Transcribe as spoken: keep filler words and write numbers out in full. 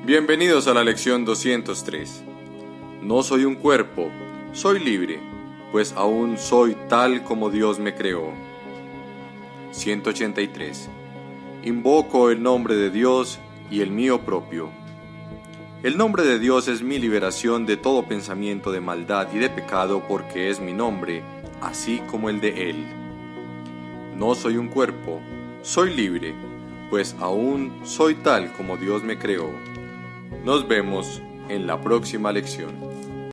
Bienvenidos a la lección doscientos tres. No soy un cuerpo, soy libre, pues aún soy tal como Dios me creó. ciento ochenta y tres. Invoco el nombre de Dios y el mío propio. El nombre de Dios es mi liberación de todo pensamiento de maldad y de pecado, porque es mi nombre, así como el de Él. No soy un cuerpo, soy libre, pues aún soy tal como Dios me creó. Nos vemos en la próxima lección.